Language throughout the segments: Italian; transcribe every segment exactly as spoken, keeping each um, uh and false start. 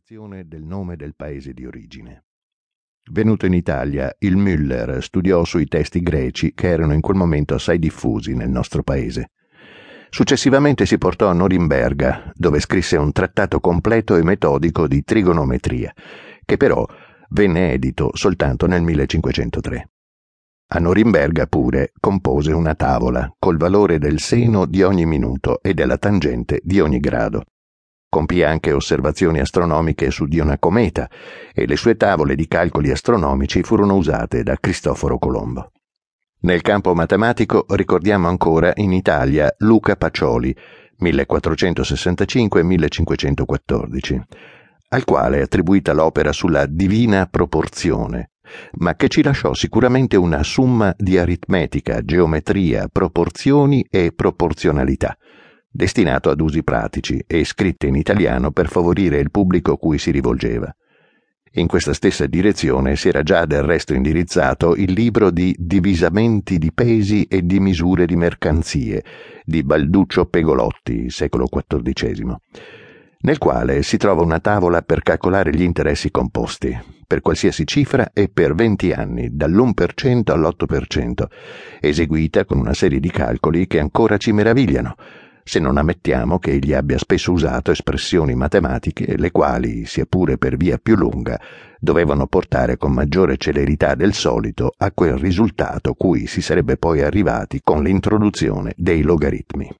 derivazione del nome del paese di origine. Venuto in Italia, il Müller studiò sui testi greci che erano in quel momento assai diffusi nel nostro paese. Successivamente si portò a Norimberga, dove scrisse un trattato completo e metodico di trigonometria, che però venne edito soltanto nel millecinquecentotre. A Norimberga pure compose una tavola col valore del seno di ogni minuto e della tangente di ogni grado. Compì anche osservazioni astronomiche su di una cometa e le sue tavole di calcoli astronomici furono usate da Cristoforo Colombo. Nel campo matematico ricordiamo ancora in Italia Luca Pacioli, millequattrocentosessantacinque millecinquecentoquattordici, al quale è attribuita l'opera sulla divina proporzione, ma che ci lasciò sicuramente una summa di aritmetica, geometria, proporzioni e proporzionalità, destinato ad usi pratici e scritte in italiano per favorire il pubblico cui si rivolgeva. In questa stessa direzione si era già del resto indirizzato il libro di Divisamenti di pesi e di misure di mercanzie di Balduccio Pegolotti, secolo quattordicesimo, nel quale si trova una tavola per calcolare gli interessi composti, per qualsiasi cifra e per venti anni, dall'uno per cento all'otto per cento, eseguita con una serie di calcoli che ancora ci meravigliano, se non ammettiamo che egli abbia spesso usato espressioni matematiche, le quali, sia pure per via più lunga, dovevano portare con maggiore celerità del solito a quel risultato cui si sarebbe poi arrivati con l'introduzione dei logaritmi.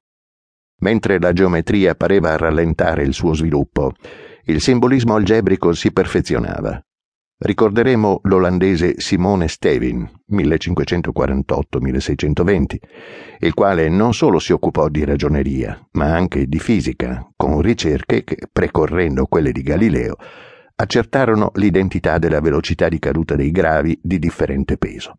Mentre la geometria pareva rallentare il suo sviluppo, il simbolismo algebrico si perfezionava. Ricorderemo l'olandese Simone Stevin, millecinquecentoquarantotto milleseicentoventi, il quale non solo si occupò di ragioneria, ma anche di fisica, con ricerche che, precorrendo quelle di Galileo, accertarono l'identità della velocità di caduta dei gravi di differente peso.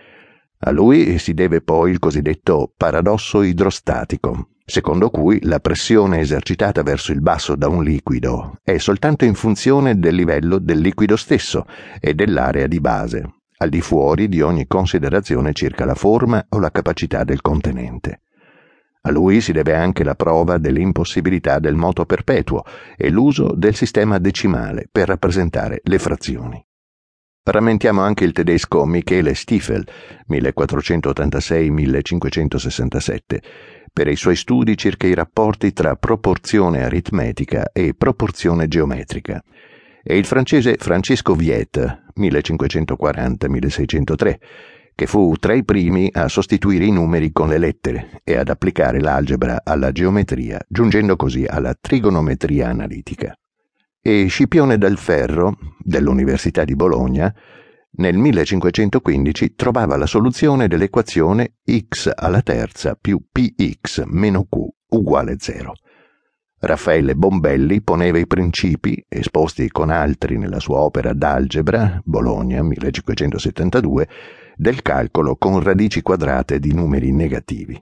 A lui si deve poi il cosiddetto paradosso idrostatico, secondo cui la pressione esercitata verso il basso da un liquido è soltanto in funzione del livello del liquido stesso e dell'area di base, al di fuori di ogni considerazione circa la forma o la capacità del contenente. A lui si deve anche la prova dell'impossibilità del moto perpetuo e l'uso del sistema decimale per rappresentare le frazioni. Rammentiamo anche il tedesco Michele Stiefel, millequattrocentottantasei millecinquecentosessantasette, per i suoi studi circa i rapporti tra proporzione aritmetica e proporzione geometrica, e il francese Francisco Viette, millecinquecentoquaranta milleseicentotre, che fu tra i primi a sostituire i numeri con le lettere e ad applicare l'algebra alla geometria, giungendo così alla trigonometria analitica. E Scipione del Ferro, dell'Università di Bologna, nel millecinquecentoquindici trovava la soluzione dell'equazione x alla terza più px meno q uguale zero. Raffaele Bombelli poneva i principi, esposti con altri nella sua opera d'algebra, Bologna, millecinquecentosettantadue, del calcolo con radici quadrate di numeri negativi.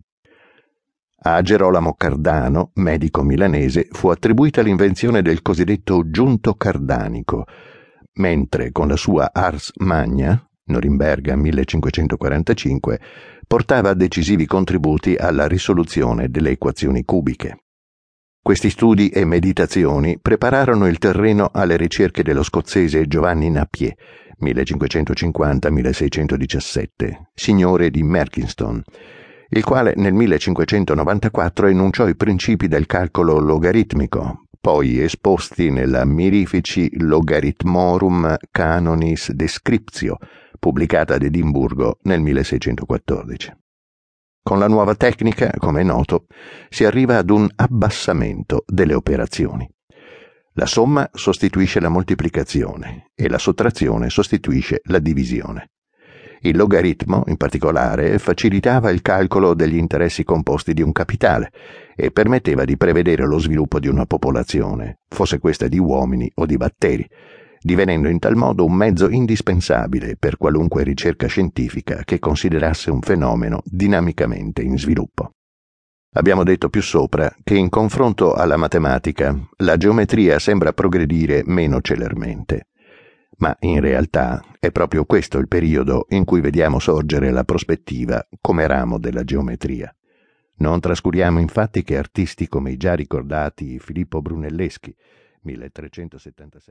A Gerolamo Cardano, medico milanese, fu attribuita l'invenzione del cosiddetto giunto cardanico, mentre con la sua Ars Magna, Norimberga millecinquecentoquarantacinque, portava decisivi contributi alla risoluzione delle equazioni cubiche. Questi studi e meditazioni prepararono il terreno alle ricerche dello scozzese Giovanni Napier, millecinquecentocinquanta milleseicentodiciassette, signore di Merkiston, il quale nel millecinquecentonovantaquattro enunciò i principi del calcolo logaritmico, poi esposti nella Mirifici Logarithmorum Canonis Descriptio, pubblicata ad Edimburgo nel milleseicentoquattordici. Con la nuova tecnica, come è noto, si arriva ad un abbassamento delle operazioni. La somma sostituisce la moltiplicazione e la sottrazione sostituisce la divisione. Il logaritmo, in particolare, facilitava il calcolo degli interessi composti di un capitale e permetteva di prevedere lo sviluppo di una popolazione, fosse questa di uomini o di batteri, divenendo in tal modo un mezzo indispensabile per qualunque ricerca scientifica che considerasse un fenomeno dinamicamente in sviluppo. Abbiamo detto più sopra che in confronto alla matematica la geometria sembra progredire meno celermente. Ma in realtà è proprio questo il periodo in cui vediamo sorgere la prospettiva come ramo della geometria. Non trascuriamo infatti che artisti come i già ricordati Filippo Brunelleschi, milletrecentosettantasei